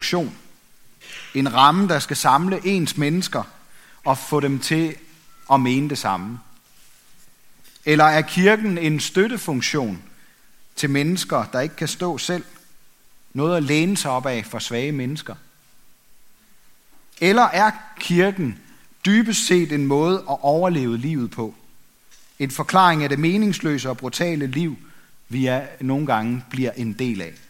konstruktion. En ramme, der skal samle ens mennesker og få dem til at mene det samme. Eller er kirken en støttefunktion til mennesker, der ikke kan stå selv? Noget at læne sig op af for svage mennesker? Eller er kirken dybest set en måde at overleve livet på? En forklaring af det meningsløse og brutale liv, vi nogle gange bliver en del af.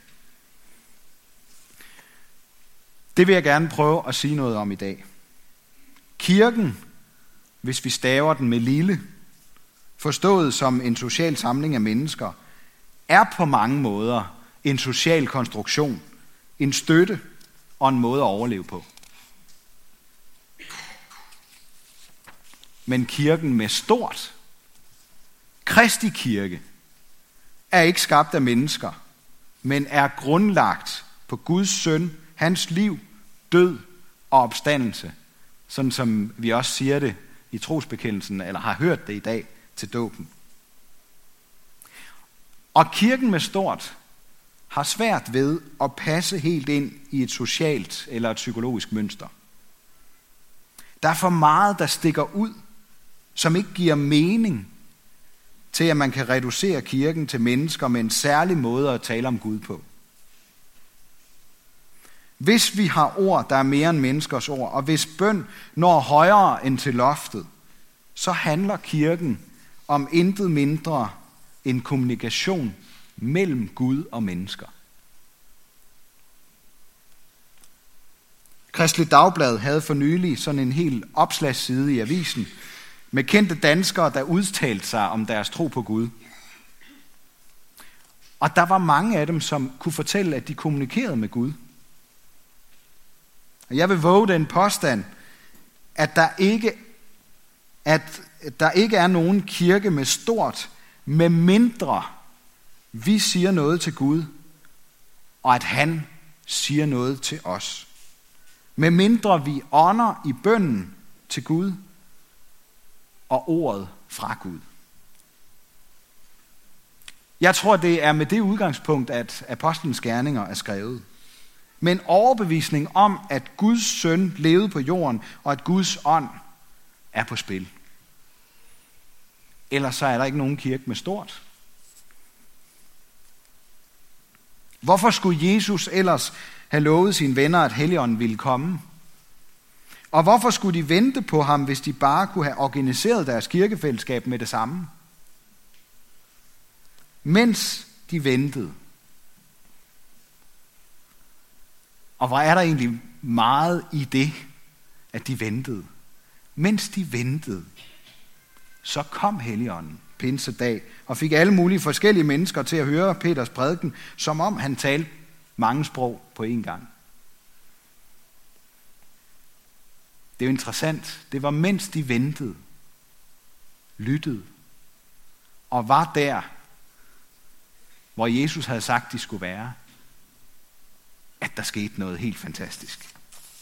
Det vil jeg gerne prøve at sige noget om i dag. Kirken, hvis vi staver den med lille, forstået som en social samling af mennesker, er på mange måder en social konstruktion, en støtte og en måde at overleve på. Men kirken med stort, Kristi kirke, er ikke skabt af mennesker, men er grundlagt på Guds søn, hans liv, død og opstandelse, sådan som vi også siger det i trosbekendelsen, eller har hørt det i dag til dåben. Og kirken med stort har svært ved at passe helt ind i et socialt eller et psykologisk mønster. Der er for meget, der stikker ud, som ikke giver mening til, at man kan reducere kirken til mennesker med en særlig måde at tale om Gud på. Hvis vi har ord, der er mere end menneskers ord, og hvis bøn når højere end til loftet, så handler kirken om intet mindre end kommunikation mellem Gud og mennesker. Kristeligt Dagblad havde for nylig sådan en helt opslagsside i avisen med kendte danskere, der udtalte sig om deres tro på Gud. Og der var mange af dem, som kunne fortælle, at de kommunikerede med Gud. Og jeg vil våge den påstand, at der ikke er nogen kirke med stort, med mindre vi siger noget til Gud, og at han siger noget til os. Med mindre vi ånder i bønnen til Gud, og ordet fra Gud. Jeg tror, det er med det udgangspunkt, at Apostlenes gerninger er skrevet. Med en overbevisning om, at Guds søn levede på jorden, og at Guds ånd er på spil. Ellers så er der ikke nogen kirke med stort. Hvorfor skulle Jesus ellers have lovet sine venner, at Helligånden ville komme? Og hvorfor skulle de vente på ham, hvis de bare kunne have organiseret deres kirkefællesskab med det samme? Mens de ventede. Og hvor er der egentlig meget i det, at de ventede? Mens de ventede, så kom Helligånden pinsedag og fik alle mulige forskellige mennesker til at høre Peters prædiken, som om han talte mange sprog på én gang. Det er jo interessant. Det var mens de ventede, lyttede og var der, hvor Jesus havde sagt, de skulle være, at der skete noget helt fantastisk.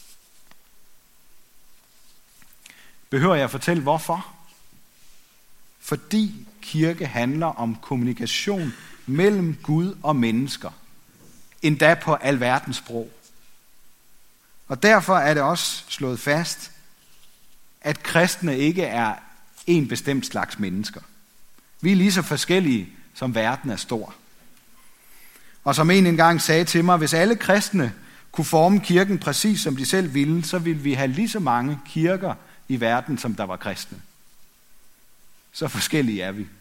Behøver jeg at fortælle hvorfor? Fordi kirke handler om kommunikation mellem Gud og mennesker, endda på alverdens sprog. Og derfor er det også slået fast, at kristne ikke er en bestemt slags mennesker. Vi er lige så forskellige, som verden er stor. Og som en engang sagde til mig, hvis alle kristne kunne forme kirken præcis som de selv ville, så ville vi have lige så mange kirker i verden, som der var kristne. Så forskellige er vi.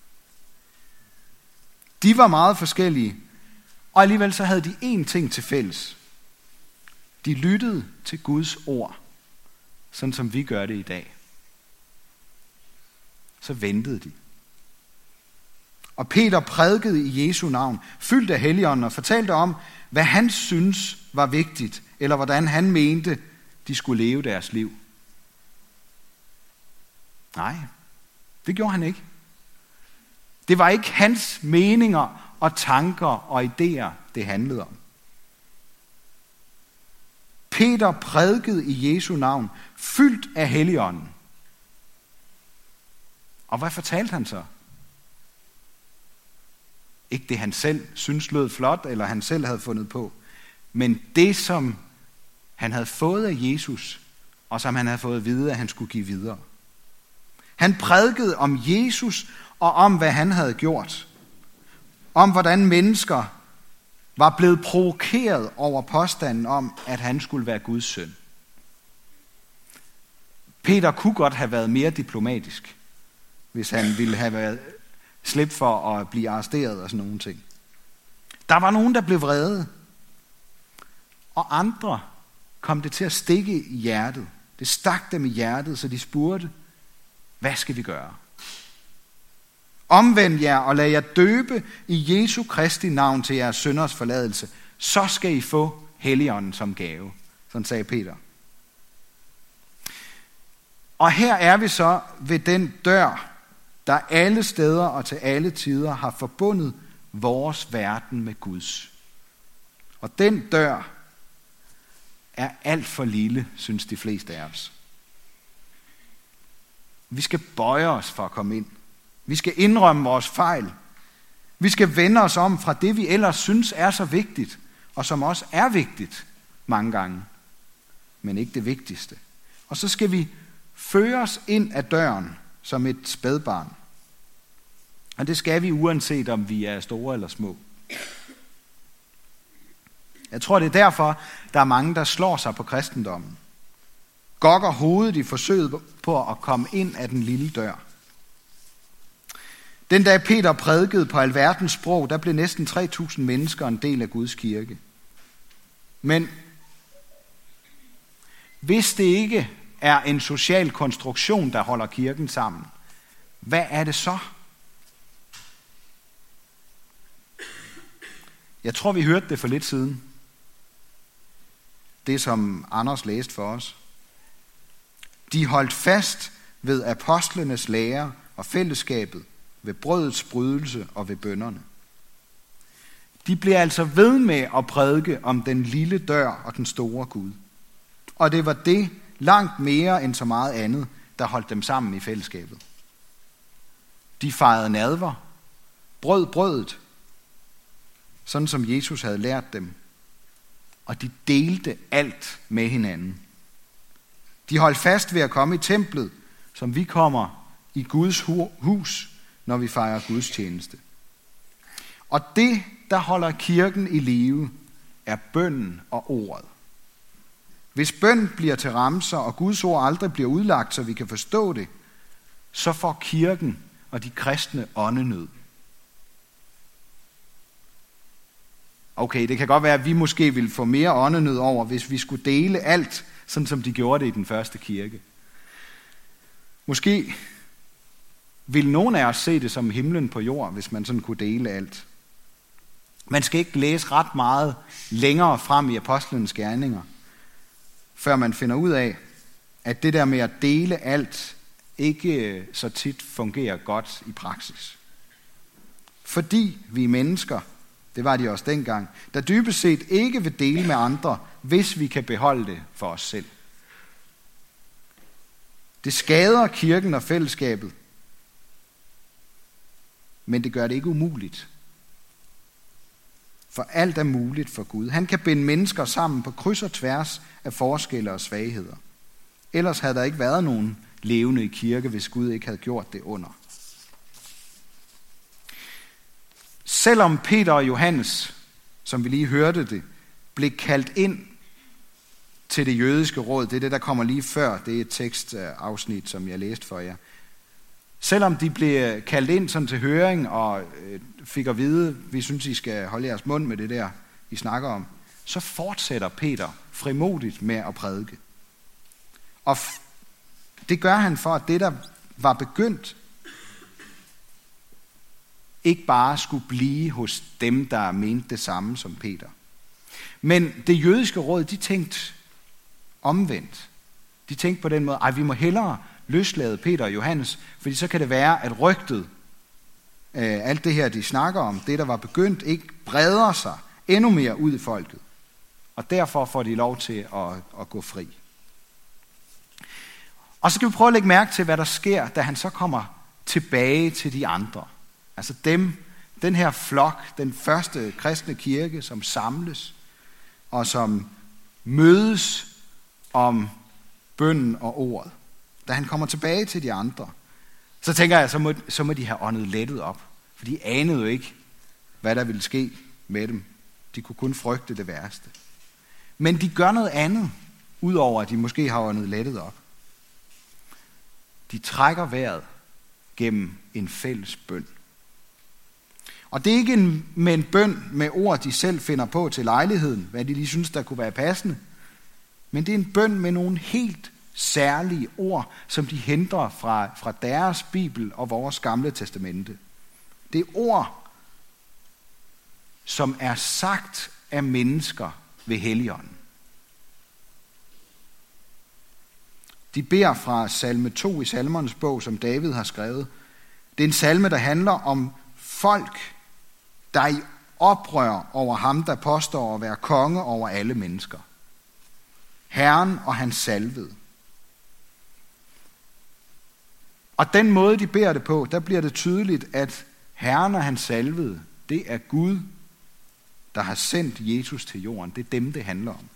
De var meget forskellige, og alligevel så havde de én ting til fælles. De lyttede til Guds ord, sådan som vi gør det i dag. Så ventede de. Og Peter prædikede i Jesu navn, fyldt af Helligånden, og fortalte om, hvad han synes var vigtigt, eller hvordan han mente, de skulle leve deres liv. Nej, det gjorde han ikke. Det var ikke hans meninger og tanker og idéer, det handlede om. Peter prædikede i Jesu navn, fyldt af Helligånden. Og hvad fortalte han så? Ikke det, han selv synes lød flot, eller han selv havde fundet på, men det, som han havde fået af Jesus, og som han havde fået at vide, at han skulle give videre. Han prædikede om Jesus og om, hvad han havde gjort. Om, hvordan mennesker var blevet provokeret over påstanden om, at han skulle være Guds søn. Peter kunne godt have været mere diplomatisk, hvis han ville have været slippe for at blive arresteret og sådan nogle ting. Der var nogen, der blev vrede, og andre kom det til at stikke i hjertet. Det stak dem i hjertet, så de spurgte, hvad skal vi gøre? Omvend jer og lad jer døbe i Jesu Kristi navn til jeres synders forladelse, så skal I få Helligånden som gave. Sådan sagde Peter. Og her er vi så ved den dør, der alle steder og til alle tider har forbundet vores verden med Guds. Og den dør er alt for lille, synes de fleste af os. Vi skal bøje os for at komme ind. Vi skal indrømme vores fejl. Vi skal vende os om fra det, vi ellers synes er så vigtigt, og som også er vigtigt mange gange, men ikke det vigtigste. Og så skal vi føre os ind ad døren som et spædbarn. Og det skal vi, uanset om vi er store eller små. Jeg tror, det er derfor, der er mange, der slår sig på kristendommen. Gokker hovedet i forsøget på at komme ind ad den lille dør. Den dag Peter prædikede på alverdens sprog, der blev næsten 3.000 mennesker en del af Guds kirke. Men hvis det ikke er en social konstruktion, der holder kirken sammen, hvad er det så? Jeg tror, vi hørte det for lidt siden. Det, som Anders læste for os. De holdt fast ved apostlenes lære og fællesskabet, ved brødets brydelse og ved bønnerne. De blev altså ved med at prædike om den lille dør og den store Gud. Og det var det langt mere end så meget andet, der holdt dem sammen i fællesskabet. De fejrede nadver, brød brødet, sådan som Jesus havde lært dem. Og de delte alt med hinanden. De holdt fast ved at komme i templet, som vi kommer i Guds hus, når vi fejrer Guds tjeneste. Og det, der holder kirken i live, er bønnen og ordet. Hvis bøn bliver til ramser, og Guds ord aldrig bliver udlagt, så vi kan forstå det, så får kirken og de kristne åndenød. Okay, det kan godt være, at vi måske ville få mere åndenød over, hvis vi skulle dele alt, sådan som de gjorde det i den første kirke. Måske vil nogen af os se det som himlen på jord, hvis man sådan kunne dele alt. Man skal ikke læse ret meget længere frem i apostlenes gerninger, før man finder ud af, at det der med at dele alt ikke så tit fungerer godt i praksis. Fordi vi er mennesker, det var de også dengang, der dybest set ikke vil dele med andre, hvis vi kan beholde det for os selv. Det skader kirken og fællesskabet, men det gør det ikke umuligt. For alt er muligt for Gud. Han kan binde mennesker sammen på kryds og tværs af forskelle og svagheder. Ellers havde der ikke været nogen levende i kirke, hvis Gud ikke havde gjort det under. Selvom Peter og Johannes, som vi lige hørte det, blev kaldt ind til det jødiske råd, det er det, der kommer lige før, det er et tekstafsnit, som jeg læste for jer. Selvom de blev kaldt ind sådan til høring og fik at vide, vi synes, I skal holde jeres mund med det der, I snakker om, så fortsætter Peter frimodigt med at prædike. Og det gør han for, at det, der var begyndt, ikke bare skulle blive hos dem, der mente det samme som Peter. Men det jødiske råd, de tænkte omvendt. De tænkte på den måde, vi må hellere løslade Peter og Johannes, fordi så kan det være, at rygtet, alt det her, de snakker om, det, der var begyndt, ikke breder sig endnu mere ud i folket. Og derfor får de lov til at gå fri. Og så skal vi prøve at lægge mærke til, hvad der sker, da han så kommer tilbage til de andre. Altså dem, den her flok, den første kristne kirke, som samles og som mødes om bønnen og ordet, da han kommer tilbage til de andre, så tænker jeg, så må de have åndet lettet op. For de anede jo ikke, hvad der ville ske med dem. De kunne kun frygte det værste. Men de gør noget andet, udover at de måske har åndet lettet op. De trækker vejret gennem en fælles bøn. Og det er ikke med en bøn med ord, de selv finder på til lejligheden, hvad de lige synes, der kunne være passende. Men det er en bøn med nogle helt særlige ord, som de henter fra deres Bibel og vores gamle testamente. Det er ord, som er sagt af mennesker ved Helligånden. De beder fra salme 2 i salmernes bog, som David har skrevet. Det er en salme, der handler om folk, der er i oprør over ham, der påstår at være konge over alle mennesker. Herren og hans salvede. Og den måde, de beder det på, der bliver det tydeligt, at Herren og hans salvede, det er Gud, der har sendt Jesus til jorden. Det er dem, det handler om.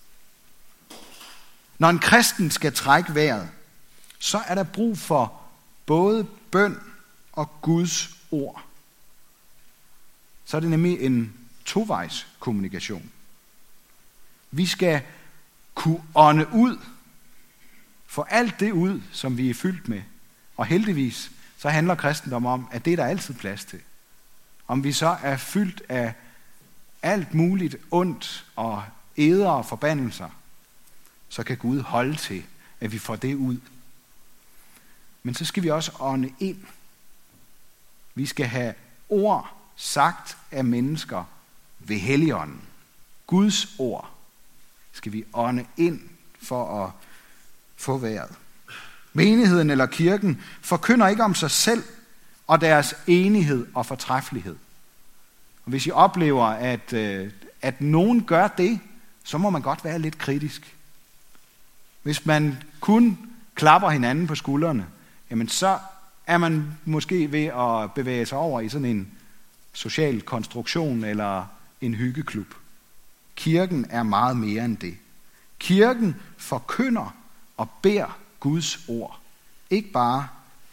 Når en kristen skal trække vejret, så er der brug for både bøn og Guds ord. Så er det nemlig en tovejs kommunikation. Vi skal kunne ånde ud, for alt det ud, som vi er fyldt med. Og heldigvis, så handler kristendom om, at det er der altid plads til. Om vi så er fyldt af alt muligt ondt og eder og forbandelser, så kan Gud holde til, at vi får det ud. Men så skal vi også ånde ind. Vi skal have ord sagt af mennesker ved Helligånden. Guds ord skal vi ånde ind for at få vejret. Menigheden eller kirken forkynder ikke om sig selv og deres enighed og fortræffelighed. Og hvis I oplever, at nogen gør det, så må man godt være lidt kritisk. Hvis man kun klapper hinanden på skuldrene, jamen så er man måske ved at bevæge sig over i sådan en social konstruktion eller en hyggeklub. Kirken er meget mere end det. Kirken forkynder og beder Guds ord. Ikke bare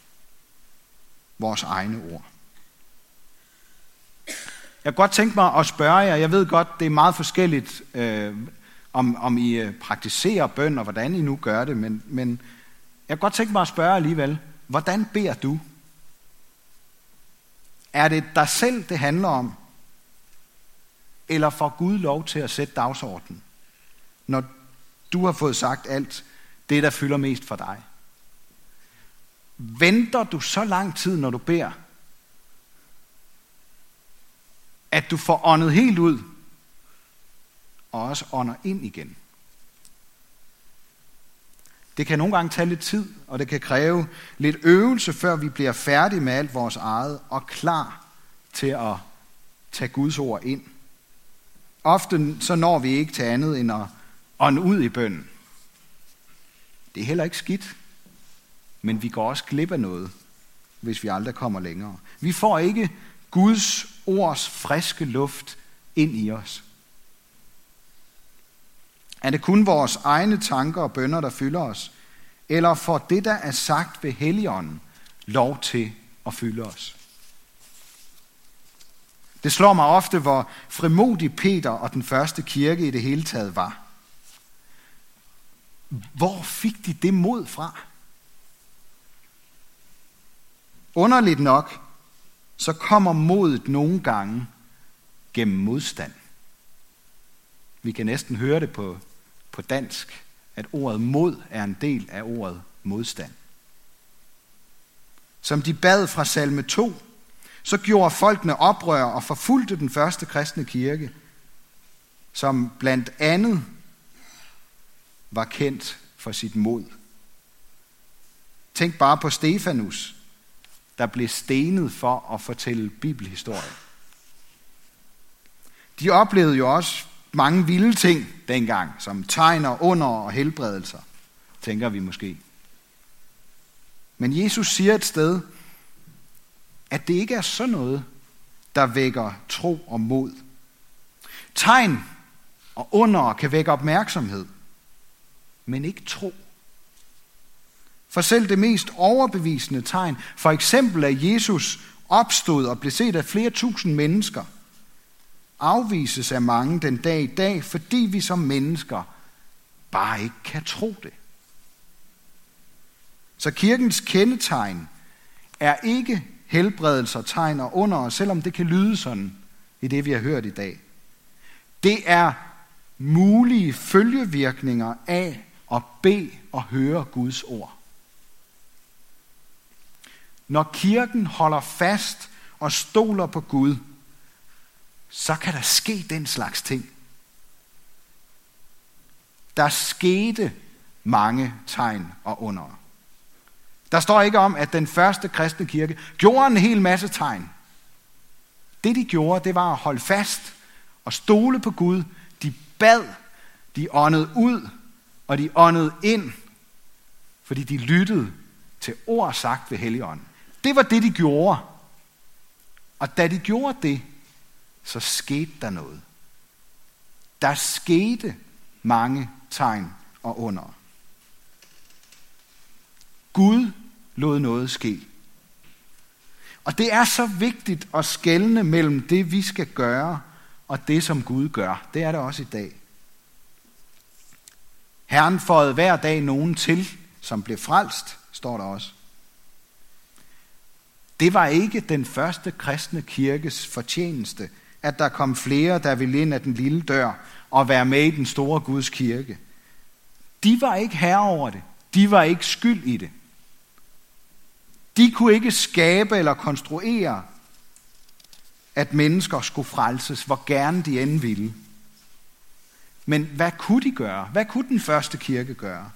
vores egne ord. Jeg kunne godt tænke mig at spørge jer, jeg ved godt, det er meget forskelligt, om I praktiserer bøn, og hvordan I nu gør det, men jeg kunne godt tænke mig at spørge alligevel, hvordan beder du? Er det dig selv, det handler om? Eller får Gud lov til at sætte dagsordenen, når du har fået sagt alt det, der fylder mest for dig? Venter du så lang tid, når du beder, at du får åndet helt ud, og også ånder ind igen? Det kan nogle gange tage lidt tid, og det kan kræve lidt øvelse, før vi bliver færdige med alt vores eget, og klar til at tage Guds ord ind. Ofte så når vi ikke til andet end at ånde ud i bønnen. Det er heller ikke skidt, men vi går også glip af noget, hvis vi aldrig kommer længere. Vi får ikke Guds ords friske luft ind i os. Er det kun vores egne tanker og bønner, der fylder os? Eller får det, der er sagt ved Helligånden, lov til at fylde os? Det slår mig ofte, hvor frimodig Peter og den første kirke i det hele taget var. Hvor fik de det mod fra? Underligt nok, så kommer modet nogle gange gennem modstand. Vi kan næsten høre det på dansk, at ordet mod er en del af ordet modstand. Som de bad fra salme 2, så gjorde folkene oprør og forfulgte den første kristne kirke, som blandt andet var kendt for sit mod. Tænk bare på Stefanus, der blev stenet for at fortælle bibelhistorie. De oplevede jo også mange vilde ting dengang, som tegner, under og helbredelser, tænker vi måske. Men Jesus siger et sted, at det ikke er sådan noget, der vækker tro og mod. Tegn og under kan vække opmærksomhed, men ikke tro. For selv det mest overbevisende tegn, for eksempel at Jesus opstod og blev set af flere tusind mennesker, afvises af mange den dag i dag, fordi vi som mennesker bare ikke kan tro det. Så kirkens kendetegn er ikke helbredelser, tegn og under, selvom det kan lyde sådan i det, vi har hørt i dag. Det er mulige følgevirkninger af at bede og høre Guds ord. Når kirken holder fast og stoler på Gud, så kan der ske den slags ting. Der skete mange tegn og under. Der står ikke om, at den første kristne kirke gjorde en hel masse tegn. Det de gjorde, det var at holde fast og stole på Gud. De bad, de åndede ud, og de åndede ind, fordi de lyttede til ord sagt ved Helligånden. Det var det, de gjorde. Og da de gjorde det, så skete der noget. Der skete mange tegn og under. Gud lod noget ske. Og det er så vigtigt at skelne mellem det, vi skal gøre, og det, som Gud gør. Det er det også i dag. Herren føjede hver dag nogen til, som blev frelst, står der også. Det var ikke den første kristne kirkes fortjeneste, at der kom flere, der ville ind ad den lille dør og være med i den store Guds kirke. De var ikke herre over det. De var ikke skyld i det. De kunne ikke skabe eller konstruere, at mennesker skulle frelses, hvor gerne de end ville. Men hvad kunne de gøre? Hvad kunne den første kirke gøre?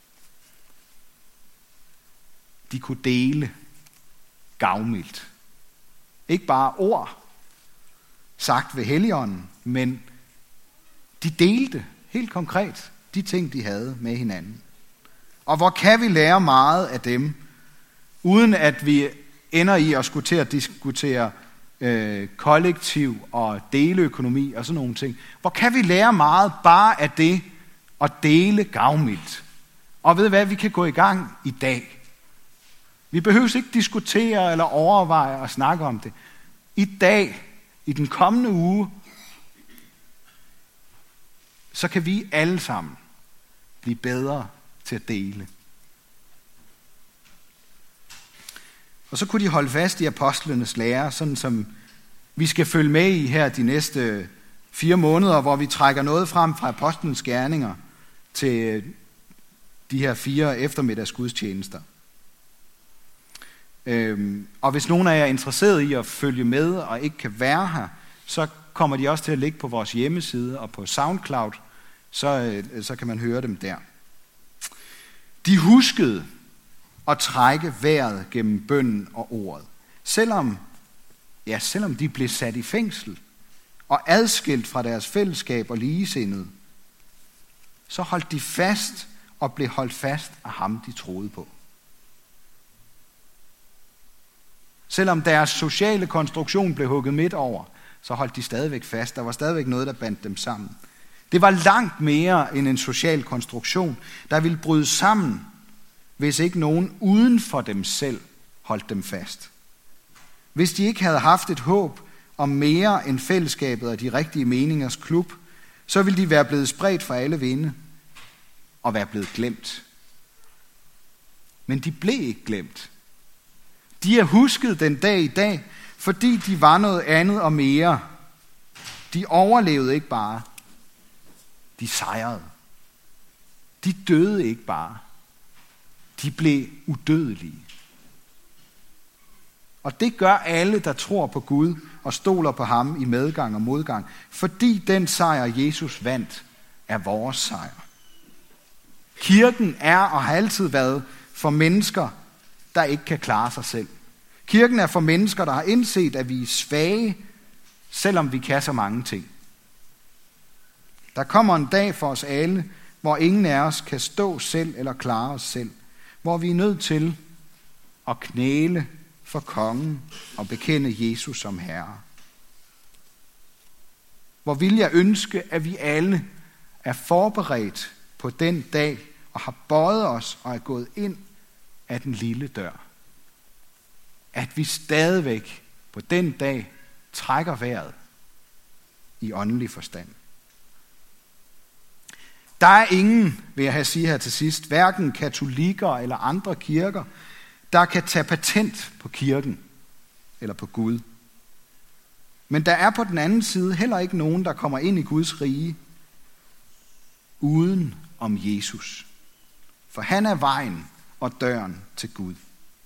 De kunne dele gavmildt. Ikke bare ord sagt ved Helligånden, men de delte helt konkret de ting, de havde med hinanden. Og hvor kan vi lære meget af dem, uden at vi ender i at skulle til at diskutere kollektiv og deleøkonomi og sådan nogle ting. Hvor kan vi lære meget bare af det at dele gavmildt. Og ved hvad, vi kan gå i gang i dag. Vi behøver ikke diskutere eller overveje og snakke om det. I dag, i den kommende uge, så kan vi alle sammen blive bedre til at dele. Og så kunne de holde fast i apostlenes lære, sådan som vi skal følge med i her de næste 4 måneder, hvor vi trækker noget frem fra apostlenes gerninger til de her 4 eftermiddagsgudstjenester. Og hvis nogen af jer er interesseret i at følge med og ikke kan være her, så kommer de også til at ligge på vores hjemmeside og på SoundCloud, så kan man høre dem der. De huskede at trække vejret gennem bønnen og ordet. Selvom de blev sat i fængsel og adskilt fra deres fællesskab og ligesindede, så holdt de fast og blev holdt fast af ham, de troede på. Selvom deres sociale konstruktion blev hugget midt over, så holdt de stadigvæk fast. Der var stadigvæk noget, der bandt dem sammen. Det var langt mere end en social konstruktion, der ville bryde sammen, hvis ikke nogen uden for dem selv holdt dem fast. Hvis de ikke havde haft et håb om mere end fællesskabet og de rigtige meningers klub, så ville de være blevet spredt fra alle vinde og være blevet glemt. Men de blev ikke glemt. De er husket den dag i dag, fordi de var noget andet og mere. De overlevede ikke bare. De sejrede. De døde ikke bare. De blev udødelige. Og det gør alle, der tror på Gud og stoler på ham i medgang og modgang, fordi den sejr, Jesus vandt, er vores sejr. Kirken er og har altid været for mennesker, der ikke kan klare sig selv. Kirken er for mennesker, der har indset, at vi er svage, selvom vi kan så mange ting. Der kommer en dag for os alle, hvor ingen af os kan stå selv eller klare os selv. Hvor vi er nødt til at knæle for kongen og bekende Jesus som herre. Hvor vil jeg ønske, at vi alle er forberedt på den dag og har bøjet os og er gået ind af den lille dør. At vi stadigvæk på den dag trækker vejret i åndelig forstand. Der er ingen, vil jeg sige her til sidst, hverken katolikker eller andre kirker, der kan tage patent på kirken eller på Gud. Men der er på den anden side heller ikke nogen, der kommer ind i Guds rige uden om Jesus. For han er vejen og døren til Gud.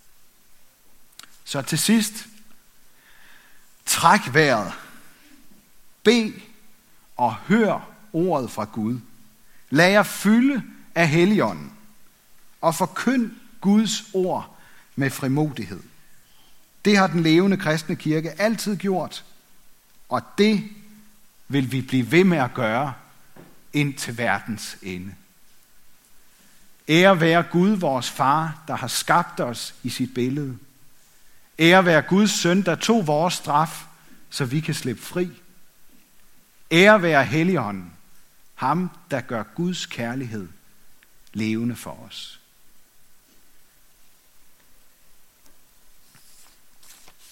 Så til sidst, træk vejret. Bed og hør ordet fra Gud. Lad jer fylde af Helligånden og forkynd Guds ord med frimodighed. Det har den levende kristne kirke altid gjort, og det vil vi blive ved med at gøre indtil verdens ende. Ære være Gud, vores far, der har skabt os i sit billede. Ære være Guds søn, der tog vores straf, så vi kan slippe fri. Ære være Helligånden, ham, der gør Guds kærlighed levende for os.